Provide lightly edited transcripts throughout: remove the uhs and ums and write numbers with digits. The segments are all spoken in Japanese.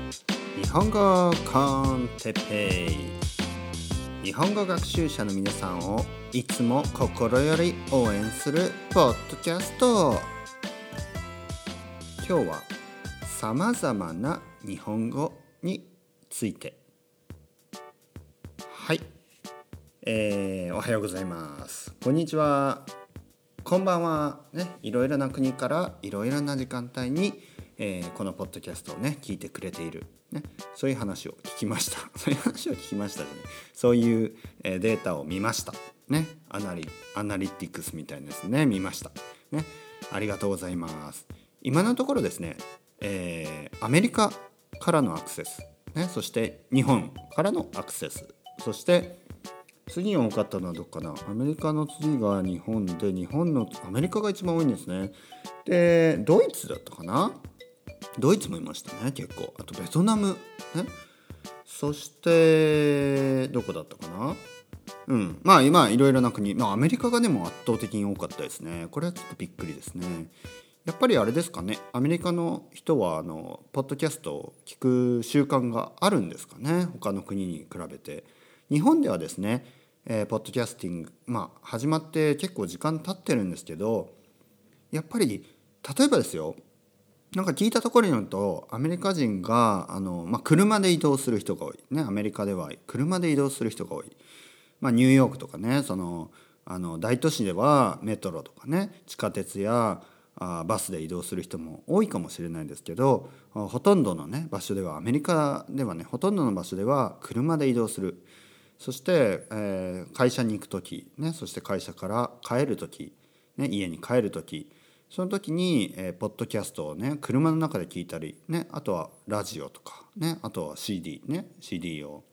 日本語コンテッペイ。日本語学習者の皆さんをいつも心より応援するポッドキャスト。今日はさまざまな日本語について。はい、おはようございます。こんにちは。こんばんは。いろいろな国からいろいろな時間帯に、このポッドキャストを聞いてくれている、そういう話を聞きました。そういう話を聞きましたね。そういう、データを見ました。アナリティクスみたいですね。見ました。ありがとうございます。今のところですね、アメリカからのアクセス、そして日本からのアクセス、そして次に多かったのはどこかな。アメリカの次が日本で、日本のアメリカが一番多いんですね。で、ドイツだったかな。ドイツもいましたね、結構。あとベトナム、そしてどこだったかな。まあ今いろいろな国、アメリカがでも圧倒的に多かったですね。これはちょっとびっくりですね。やっぱりあれですかね、アメリカの人はポッドキャストを聞く習慣があるんですかね、他の国に比べて。日本ではですね、ポッドキャスティング、始まって結構時間経ってるんですけど、やっぱり例えばですよ、なんか聞いたところによると、アメリカ人が車で移動する人が多い、アメリカでは車で移動する人が多い。ニューヨークとかね、大都市ではメトロとかね、地下鉄やバスで移動する人も多いかもしれないですけど、ほとんどの場所では、アメリカではほとんどの場所では車で移動する。そして、会社に行く時、そして会社から帰る時、家に帰る時、その時に、ポッドキャストを車の中で聞いたり、あとはラジオとか、あとは CD を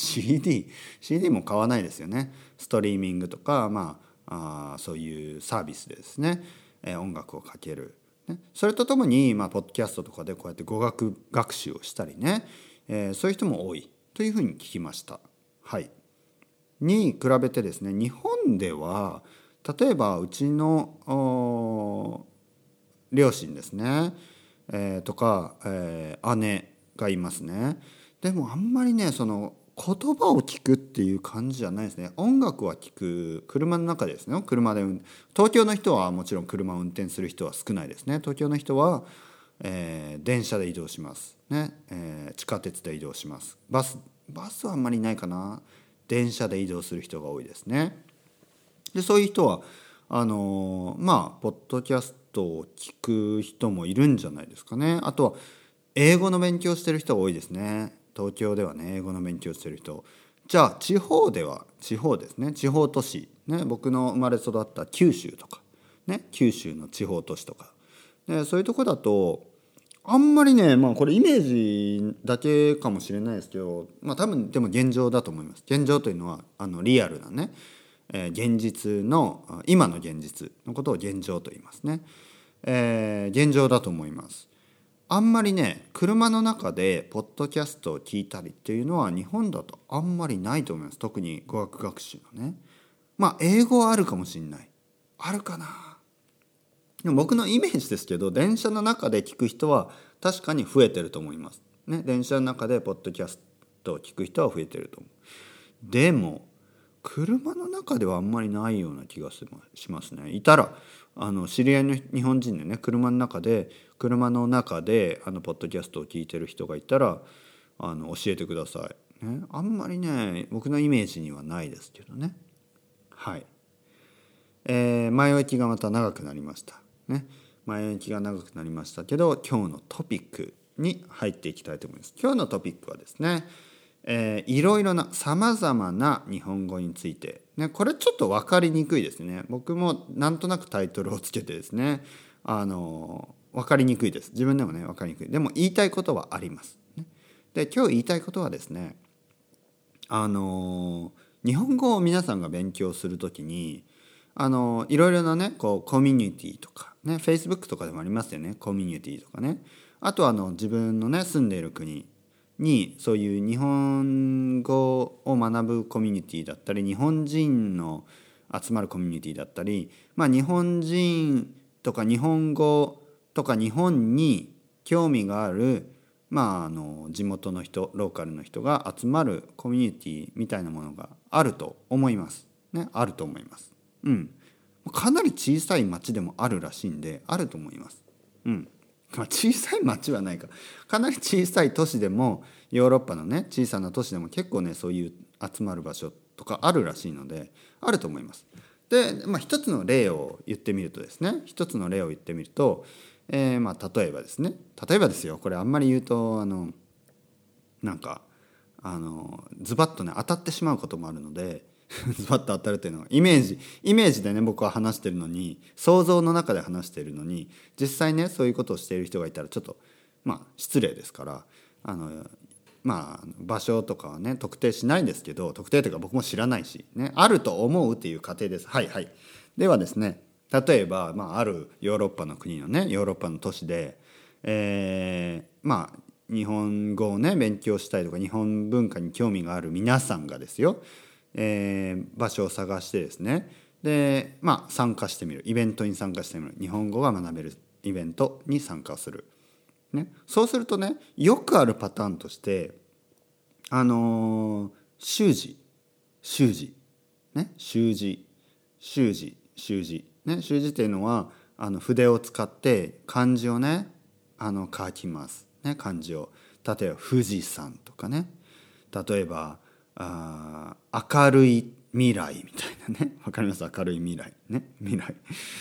CD も買わないですよね。ストリーミングとか、そういうサービスでですね、音楽をかける、それとともに、ポッドキャストとかでこうやって語学学習をしたりね、そういう人も多いというふうに聞きました。に比べてですね、日本では例えばうちの両親ですね、とか、姉がいますね。でもあんまりね、その言葉を聞くっていう感じじゃないですね。音楽は聞く、車の中でですね。東京の人はもちろん車を運転する人は少ないですね。東京の人は、電車で移動しますね、地下鉄で移動します。バスはあんまりないかな。電車で移動する人が多いですね。でそういう人はポッドキャストを聞く人もいるんじゃないですかね。あとは英語の勉強してる人が多いですね。東京ではね、英語の勉強してる人。じゃあ地方ですね、地方都市、僕の生まれ育った九州とか九州の地方都市とか、そういうとこだとあんまりね、これイメージだけかもしれないですけど、多分でも現状だと思います。現状というのはリアルな現実の、今の現実のことを現状と言いますね。現状だと思います。あんまりね、車の中でポッドキャストを聞いたりっていうのは日本だとあんまりないと思います。特に語学学習のね。英語はあるかもしれない。あるかな。でも僕のイメージですけど、電車の中で聞く人は確かに増えてると思います。電車の中でポッドキャストを聞く人は増えてると思う。でも車の中ではあんまりないような気がしますね。いたら知り合いの日本人でね、車の中でポッドキャストを聞いてる人がいたら教えてください、あんまりね、僕のイメージにはないですけどね。前置きがまた長くなりました前置きが長くなりましたけど、今日のトピックに入っていきたいと思います。今日のトピックはですね、いろいろなさまざまな日本語について、これちょっと分かりにくいですね。僕もなんとなくタイトルをつけてですね、分かりにくいです。自分でもね分かりにくい。でも言いたいことはあります。で今日言いたいことはですね、日本語を皆さんが勉強するときにいろいろなコミュニティとかFacebook とかでもありますよね。コミュニティとかね。あとは自分の住んでいる国にそういう日本語を学ぶコミュニティだったり、日本人の集まるコミュニティだったり、日本人とか日本語とか日本に興味がある地元の人ローカルの人が集まるコミュニティみたいなものがあると思いますね。あると思います。かなり小さい町でもあるらしいんであると思います。小さい町はないか、かなり小さい都市でもヨーロッパのね小さな都市でも結構ねそういう集まる場所とかあるらしいのであると思います。で、一つの例を言ってみると、例えばですね、例えばですよ、これあんまり言うとズバッとね当たってしまうこともあるのでズバッと当たるというのはイメージでね僕は話してるのに、想像の中で話してるのに、実際ねそういうことをしている人がいたらちょっと失礼ですから、場所とかはね特定しないですけど、特定というか僕も知らないしね、あると思うっていう過程です。はいはい。ではですね、例えば、あるヨーロッパの国のねヨーロッパの都市で、日本語をね勉強したいとか日本文化に興味がある皆さんがですよ、場所を探してですね、で参加してみる、イベントに参加してみる、日本語が学べるイベントに参加する、ね、そうするとねよくあるパターンとして習字っていうのは筆を使って漢字をね書きますね。漢字を例えば富士山とかね、例えば明るい未来みたいなね、わかります？明るい未来ね、未来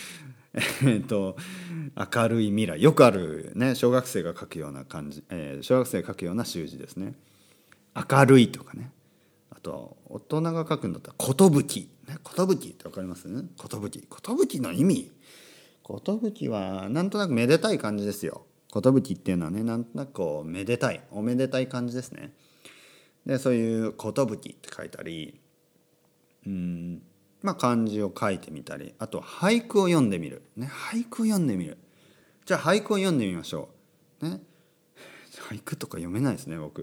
明るい未来、よくあるね小学生が書くような漢字、小学生が書くような習字ですね。明るいとかね、あと大人が書くんだったら寿ね、寿ってわかります？寿の意味、寿はなんとなくめでたい感じですよ。寿っていうのはねなんとなくこうめでたい、おめでたい感じですね。でそういう寿って書いたり、漢字を書いてみたり、あと俳句を読んでみるね。じゃあ俳句を読んでみましょうね。俳句とか読めないですね僕。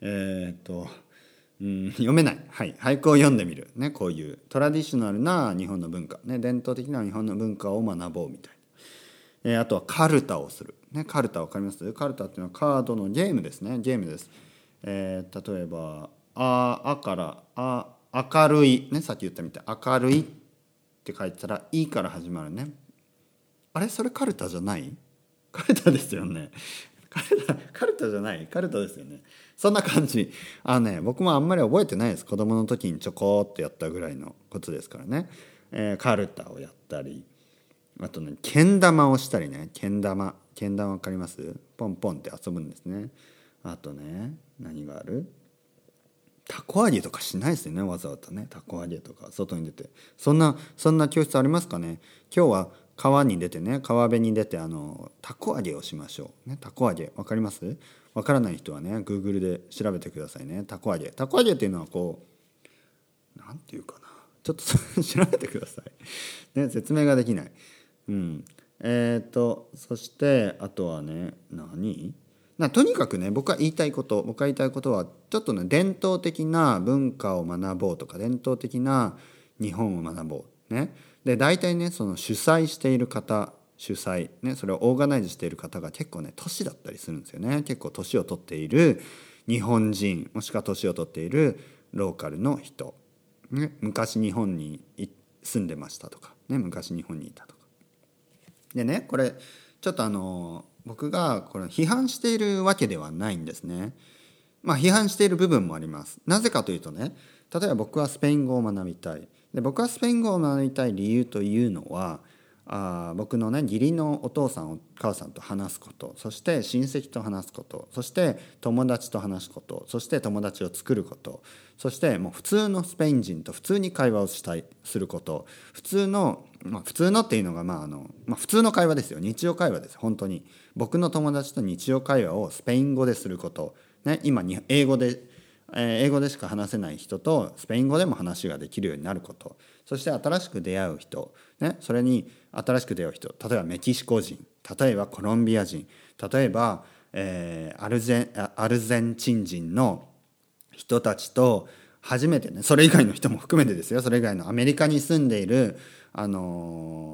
読めない、はい、俳句を読んでみるね。こういうトラディショナルな日本の文化ね、伝統的な日本の文化を学ぼうみたいな。あとはカルタをするね。カルタわかります？カルタっていうのはカードのゲームですね。ゲームです。例えば明るいね、さっき言ったみたい明るいって書いてたらいから始まるね。あれそれカルタじゃない？カルタですよね。カルタじゃない？カルタですよね。そんな感じ。僕もあんまり覚えてないです。子供の時にちょこっとやったぐらいのことですからね。カルタをやったり、あとねけん玉をしたりね。けん玉わかります？ポンポンって遊ぶんですね。あとね何がある？たこ揚げとかしないですよね、わざわざね。たこ揚げとか外に出て、そんな教室ありますかね。今日は川に出てね、川辺に出てたこ揚げをしましょうね。たこ揚げわかります？わからない人はね Google で調べてくださいね。たこ揚げっていうのはこうなんていうかな、ちょっと調べてくださいね。説明ができない。そしてあとはねとにかくね僕が言いたいことはちょっとね伝統的な文化を学ぼうとか伝統的な日本を学ぼうね。で大体ねその主催している方ね、それをオーガナイズしている方が結構ね年だったりするんですよね。結構年を取っている日本人、もしくは年を取っているローカルの人、ね、昔日本に住んでましたとかね、昔日本にいたとかでね、これちょっと僕がこれ批判しているわけではないんですね。批判している部分もあります。なぜかというとね、例えば僕はスペイン語を学びたい。で僕はスペイン語を学びたい理由というのは僕のね義理のお父さんお母さんと話すこと、そして親戚と話すこと、そして友達と話すこと、そして友達を作ること、そしてもう普通のスペイン人と普通に会話をすること、普通のっていうのが普通の会話ですよ。日常会話です。本当に僕の友達と日常会話をスペイン語ですること、ね、今に英語でしか話せない人とスペイン語でも話ができるようになること、そして新しく出会う人、ね、それに新しく出会う人、例えばメキシコ人、例えばコロンビア人、例えば、アルゼンチン人の人たちと初めてね、それ以外の人も含めてですよ、それ以外のアメリカに住んでいる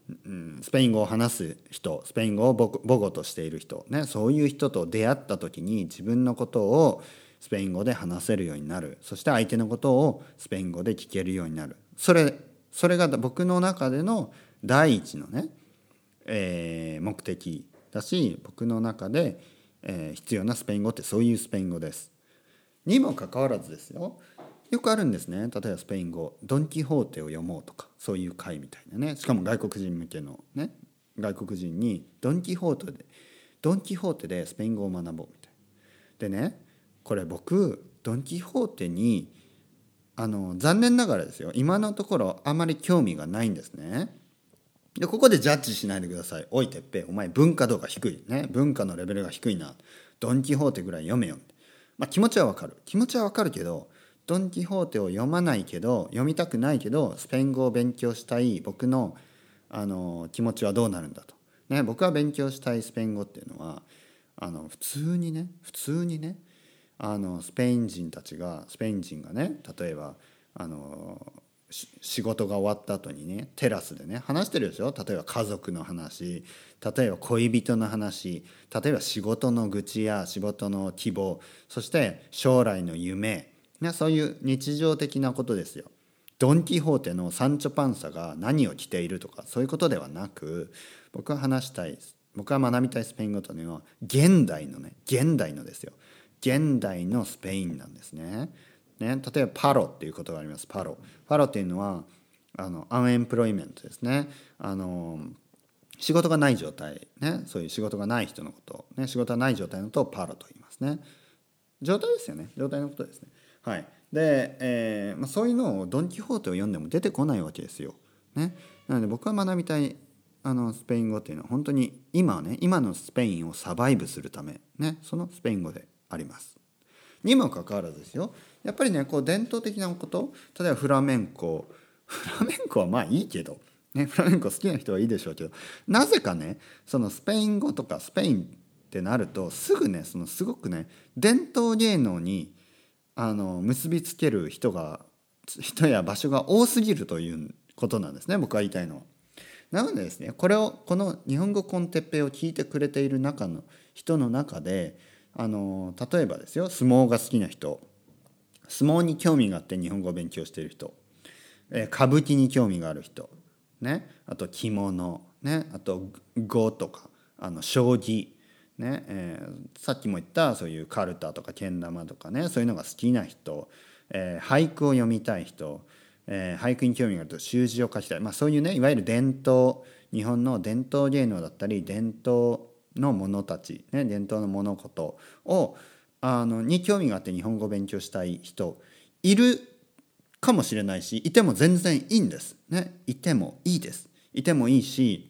スペイン語を話す人、スペイン語を母語としている人、ね、そういう人と出会った時に自分のことをスペイン語で話せるようになる。そして相手のことをスペイン語で聞けるようになる。それが僕の中での第一のね、目的だし、僕の中で、必要なスペイン語ってそういうスペイン語です。にもかかわらずですよ、よくあるんですね。例えばスペイン語ドン・キホーテを読もうとか、そういう会みたいなね。しかも外国人向けのね、外国人にドン・キホーテでスペイン語を学ぼうみたいな。でね、これ僕ドン・キホーテに残念ながらですよ、今のところあまり興味がないんですね。でここでジャッジしないでください。おいてっぺ、お前文化度が低いね、文化のレベルが低いな、ドン・キホーテぐらい読めよ。気持ちはわかるけど、ドン・キホーテを読まないけど、読みたくないけどスペイン語を勉強したい僕の、気持ちはどうなるんだと、ね、僕が勉強したいスペイン語っていうのは普通にねスペイン人がね、例えば仕事が終わった後にね、テラスでね話してるでしょ。例えば家族の話、例えば恋人の話、例えば仕事の愚痴や仕事の希望、そして将来の夢、ね、そういう日常的なことですよ。ドン・キホーテのサンチョ・パンサが何を着ているとかそういうことではなく、僕が学びたいスペイン語というのは現代のですよ。現代のスペインなんですね。例えばパロっていうことがあります。パロっていうのはアンエンプロイメントですね。仕事がない状態、ね、そういう仕事がない人のこと、ね、仕事がない状態のことをパロと言いますね。状態ですよね。状態のことですね。はい。で、そういうのをドン・キホーテを読んでも出てこないわけですよ。ね。なので僕が学びたいスペイン語っていうのは本当に今のスペインをサバイブするため、ね、そのスペイン語であります。にもかかわらずですよ、やっぱりね、こう伝統的なこと、例えばフラメンコはまあいいけど、ね、フラメンコ好きな人はいいでしょうけど、なぜかね、そのスペイン語とかスペインってなるとすぐね、すごくね、伝統芸能に結びつける人や場所が多すぎるということなんですね、僕が言いたいのは。なのでですね、この日本語コンテッペを聞いてくれている中の人の中で、例えばですよ、相撲が好きな人、相撲に興味があって日本語を勉強している人、歌舞伎に興味がある人、ね、あと着物、ね、あと碁とか将棋、ね、さっきも言ったそういうカルタとかけん玉とかね、そういうのが好きな人、俳句を読みたい人、俳句に興味があると習字を書きたい、そういうね、いわゆる日本の伝統芸能だったり伝統の者たち、ね、伝統の物事をに興味があって日本語を勉強したい人いるかもしれないし、いても全然いいんです、ね、いてもいいし、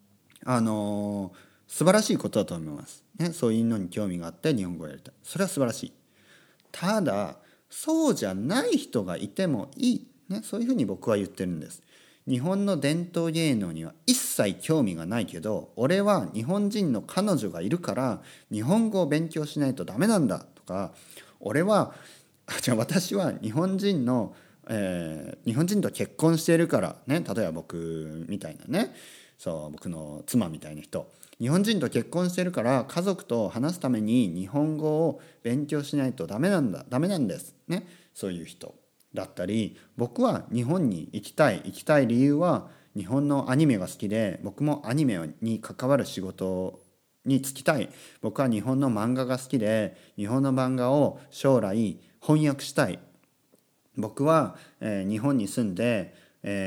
素晴らしいことだと思います、ね、そういうのに興味があって日本語をやりたい、それは素晴らしい。ただそうじゃない人がいてもいい、ね、そういうふうに僕は言ってるんです。日本の伝統芸能には一切興味がないけど、俺は日本人の彼女がいるから日本語を勉強しないとダメなんだとか、私は日本人と結婚しているからね、例えば僕みたいなね、僕の妻みたいな人、日本人と結婚しているから家族と話すために日本語を勉強しないとダメなんですね、そういう人だったり、僕は日本に行きたい理由は日本のアニメが好きで、僕もアニメに関わる仕事に就きたい、僕は日本の漫画が好きで日本の漫画を将来翻訳したい、僕は、日本に住んで、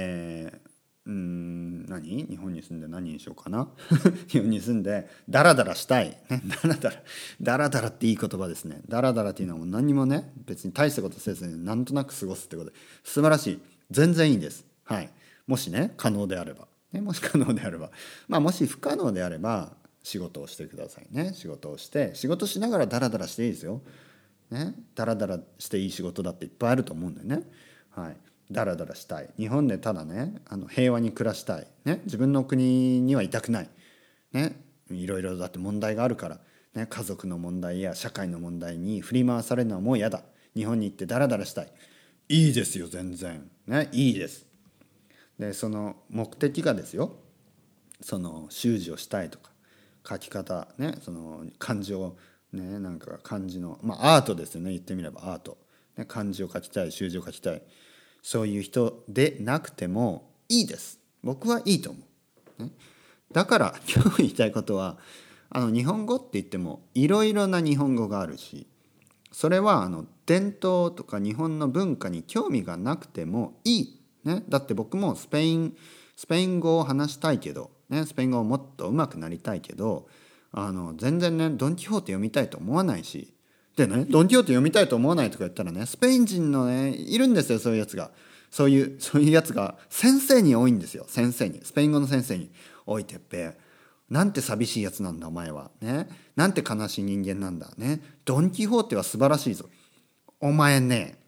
日本に住んで何にしようかな日本に住んでダラダラしたい、ね、ダラダラっていい言葉ですね。ダラダラっていうのは何にもね、別に大したことせずになんとなく過ごすってことで素晴らしい、全然いいんです。はい、もしね可能であれば、ね、もし可能であれば、もし不可能であれば仕事をしてくださいね。仕事しながらダラダラしていいですよ、ね、ダラダラしていい仕事だっていっぱいあると思うんだよね。はい、ダラダラしたい、日本でただね平和に暮らしたい、ね、自分の国にはいたくない、ね、いろいろだって問題があるから、ね、家族の問題や社会の問題に振り回されるのはもう嫌だ、日本に行ってダラダラしたい、いいですよ全然、ね、いいです。でその目的がですよ、 その習字をしたいとか、書き方ね、その漢字をね、なんか漢字のアートですよね、言ってみればアート、ね、漢字を書きたい、習字を書きたい、そういう人でなくてもいいです。僕はいいと思う、ね、だから今日言いたいことは、日本語って言ってもいろいろな日本語があるし、それは伝統とか日本の文化に興味がなくてもいい、ね、だって僕もスペイン語を話したいけど、ね、スペイン語をもっと上手くなりたいけど、全然ねドン・キホーテ読みたいと思わないし、でね、ドン・キホーテ読みたいと思わないとか言ったらね、スペイン人のねいるんですよ、そういうやつが。そういうやつが先生に多いんですよ。先生に、スペイン語の先生に、おいてっぺ、なんて寂しいやつなんだお前は、ね、なんて悲しい人間なんだね、ドン・キホーテは素晴らしいぞ、お前ね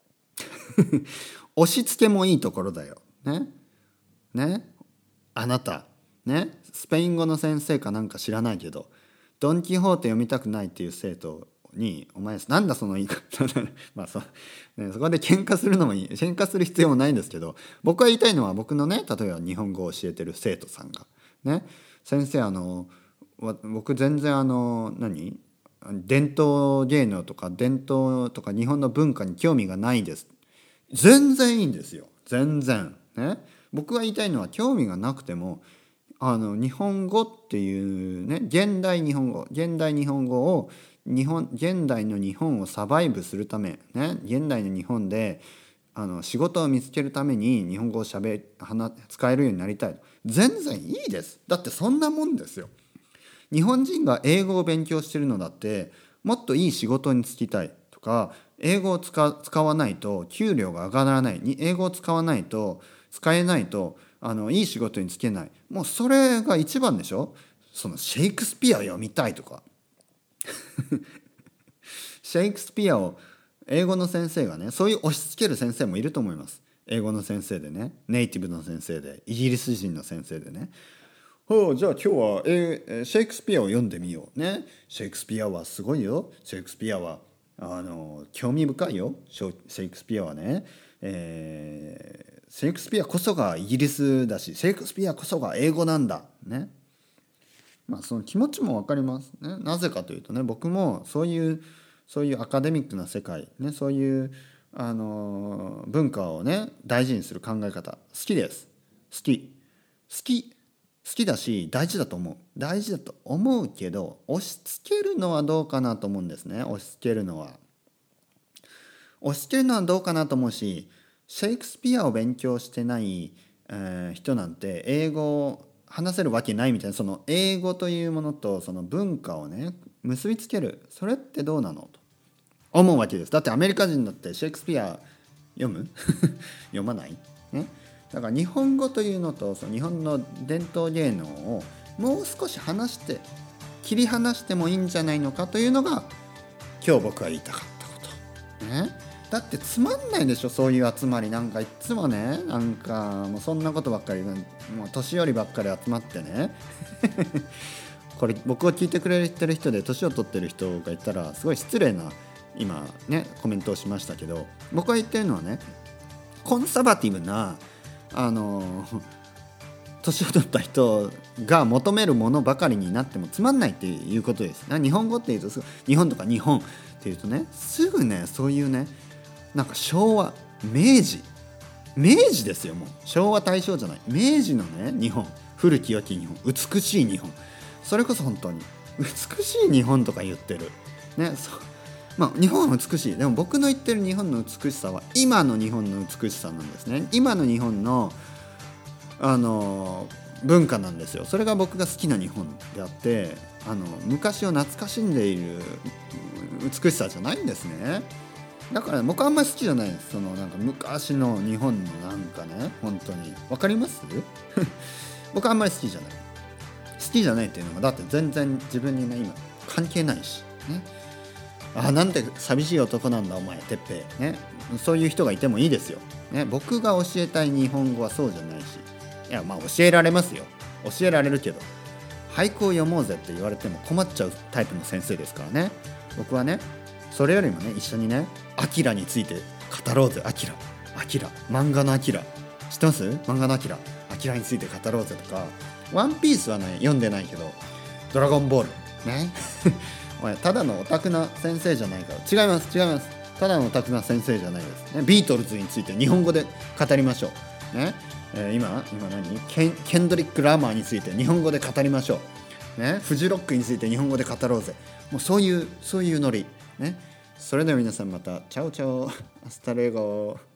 押し付けもいいところだよね、あなたね、スペイン語の先生かなんか知らないけど、ドン・キホーテ読みたくないっていう生徒に、お前なんだその言い方そこで喧嘩するのもいい、喧嘩する必要もないんですけど、僕が言いたいのは、僕のね、例えば日本語を教えてる生徒さんがね、先生僕全然伝統芸能とか伝統とか日本の文化に興味がないです。全然いいんですよ、全然ね。僕が言いたいのは、興味がなくても日本語っていうね、現代日本語を現代の日本をサバイブするため、ね、現代の日本で仕事を見つけるために日本語を使えるようになりたい。全然いいです。だってそんなもんですよ。日本人が英語を勉強してるのだって、もっといい仕事に就きたいとか、英語を使わないと給料が上がらない、英語を使えないといい仕事に就けない、もうそれが一番でしょ。そのシェイクスピア読みたいとかシェイクスピアを英語の先生がね、そういう押し付ける先生もいると思います。英語の先生でね、ネイティブの先生で、イギリス人の先生でね、じゃあ今日は、シェイクスピアを読んでみようね。シェイクスピアはすごいよ。シェイクスピアは興味深いよ。シェイクスピアはね、シェイクスピアこそがイギリスだし、シェイクスピアこそが英語なんだね。その気持ちも分かりますね。なぜかというとね、僕もそういうアカデミックな世界ね、そういう文化をね大事にする考え方好きです。好きだし、大事だと思うけど、押し付けるのはどうかなと思うんですね。押し付けるのはどうかなと思うし、シェイクスピアを勉強してない、人なんて英語を話せるわけないみたいな、その英語というものとその文化をね結びつける、それってどうなのと思うわけです。だってアメリカ人だってシェイクスピア読む読まないね。だから日本語というのと、その日本の伝統芸能をもう少し切り離してもいいんじゃないのかというのが今日僕が言いたかったことね。だってつまんないでしょ、そういう集まり。なんかいつもね、なんかもうそんなことばっかり、もう年寄りばっかり集まってねこれ僕を聞いてくれてる人で年を取ってる人がいたらすごい失礼な今ねコメントをしましたけど、僕が言ってるのはね、コンサバティブな年を取った人が求めるものばかりになってもつまんないっていうことです。日本語っていうと、日本とか日本っていうとね、すぐねそういうね、なんか昭和明治ですよ。もう昭和大正じゃない、明治のね日本、古き良き日本、美しい日本、それこそ本当に美しい日本とか言ってるね。日本は美しい。でも僕の言ってる日本の美しさは今の日本の美しさなんですね。今の日本の文化なんですよ。それが僕が好きな日本であって、昔を懐かしんでいる美しさじゃないんですね。だから僕はあんまり好きじゃないです。そのなんか昔の日本のなんかね、本当にわかります僕はあんまり好きじゃないっていうのが、だって全然自分にね今関係ないしね。なんて寂しい男なんだお前てっぺいね。そういう人がいてもいいですよ、ね、僕が教えたい日本語はそうじゃないし、いや教えられますよ、教えられるけど、俳句を読もうぜって言われても困っちゃうタイプの先生ですからね。僕はね、それよりもね、一緒にねアキラについて語ろうぜ。アキラ漫画のアキラ知ってます？漫画のアキラについて語ろうぜとか、 ワンピースはね読んでないけど、ドラゴンボールねお前ただのオタクな先生じゃないから。違いますただのオタクな先生じゃないですね。ビートルズについて日本語で語りましょうね。今何ケンドリック・ラマーについて日本語で語りましょうね。フジロックについて日本語で語ろうぜ。もうそういうノリね。それでは皆さんまたチャオチャオアスタレゴ。